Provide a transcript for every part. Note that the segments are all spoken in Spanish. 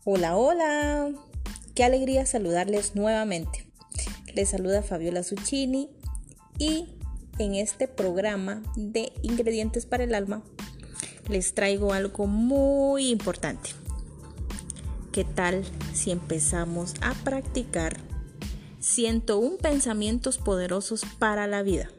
Hola, hola. Qué alegría saludarles nuevamente. Les saluda Fabiola Zucchini y en este programa de Ingredientes para el Alma les traigo algo muy importante. ¿Qué tal si empezamos a practicar 101 pensamientos poderosos para la vida?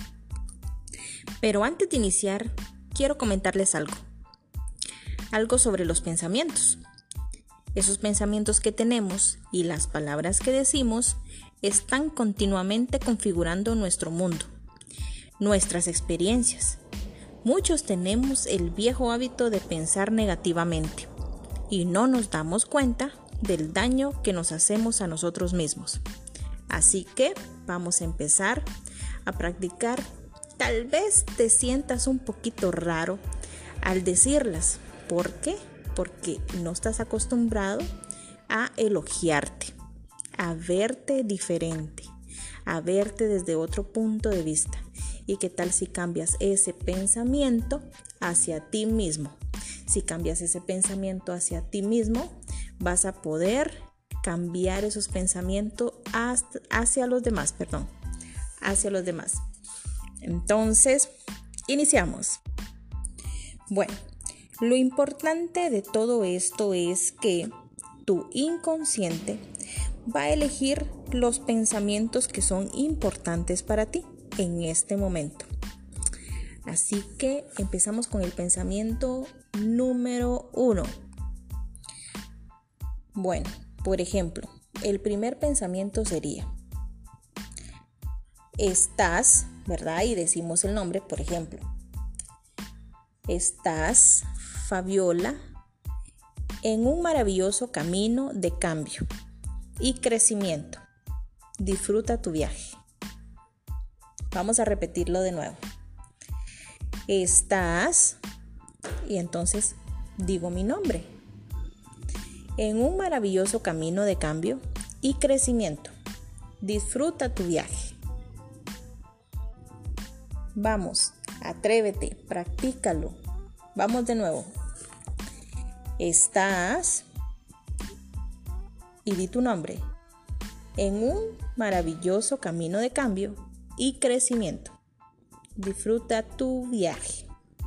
Pero antes de iniciar, quiero comentarles algo sobre los pensamientos. Esos pensamientos que tenemos y las palabras que decimos están continuamente configurando nuestro mundo, nuestras experiencias. Muchos tenemos el viejo hábito de pensar negativamente y no nos damos cuenta del daño que nos hacemos a nosotros mismos. Así que vamos a empezar a practicar. Tal vez te sientas un poquito raro al decirlas. ¿Por qué? Porque no estás acostumbrado a elogiarte, a verte diferente, a verte desde otro punto de vista. ¿Y qué tal si cambias ese pensamiento hacia ti mismo? Si cambias ese pensamiento hacia ti mismo, vas a poder cambiar esos pensamientos hacia los demás, Entonces, iniciamos. Bueno, lo importante de todo esto es que tu inconsciente va a elegir los pensamientos que son importantes para ti en este momento. Así que empezamos con el pensamiento número 1. Bueno, por ejemplo, el primer pensamiento sería: estás, ¿verdad? Y decimos el nombre, por ejemplo. Estás, Fabiola, en un maravilloso camino de cambio y crecimiento. Disfruta tu viaje. Vamos a repetirlo de nuevo. Estás, y entonces digo mi nombre, en un maravilloso camino de cambio y crecimiento. Disfruta tu viaje. Vamos, atrévete, practícalo. Vamos de nuevo. Estás, y di tu nombre, en un maravilloso camino de cambio y crecimiento. Disfruta tu viaje.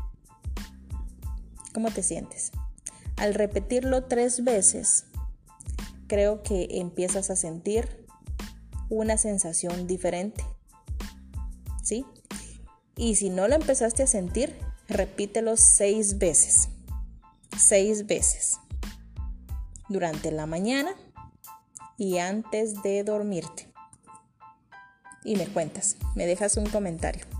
¿Cómo te sientes? Al repetirlo 3 veces, creo que empiezas a sentir una sensación diferente, ¿sí? Y si no lo empezaste a sentir, repítelo 6 veces. 6 veces. Durante la mañana y antes de dormirte. Y me cuentas, me dejas un comentario.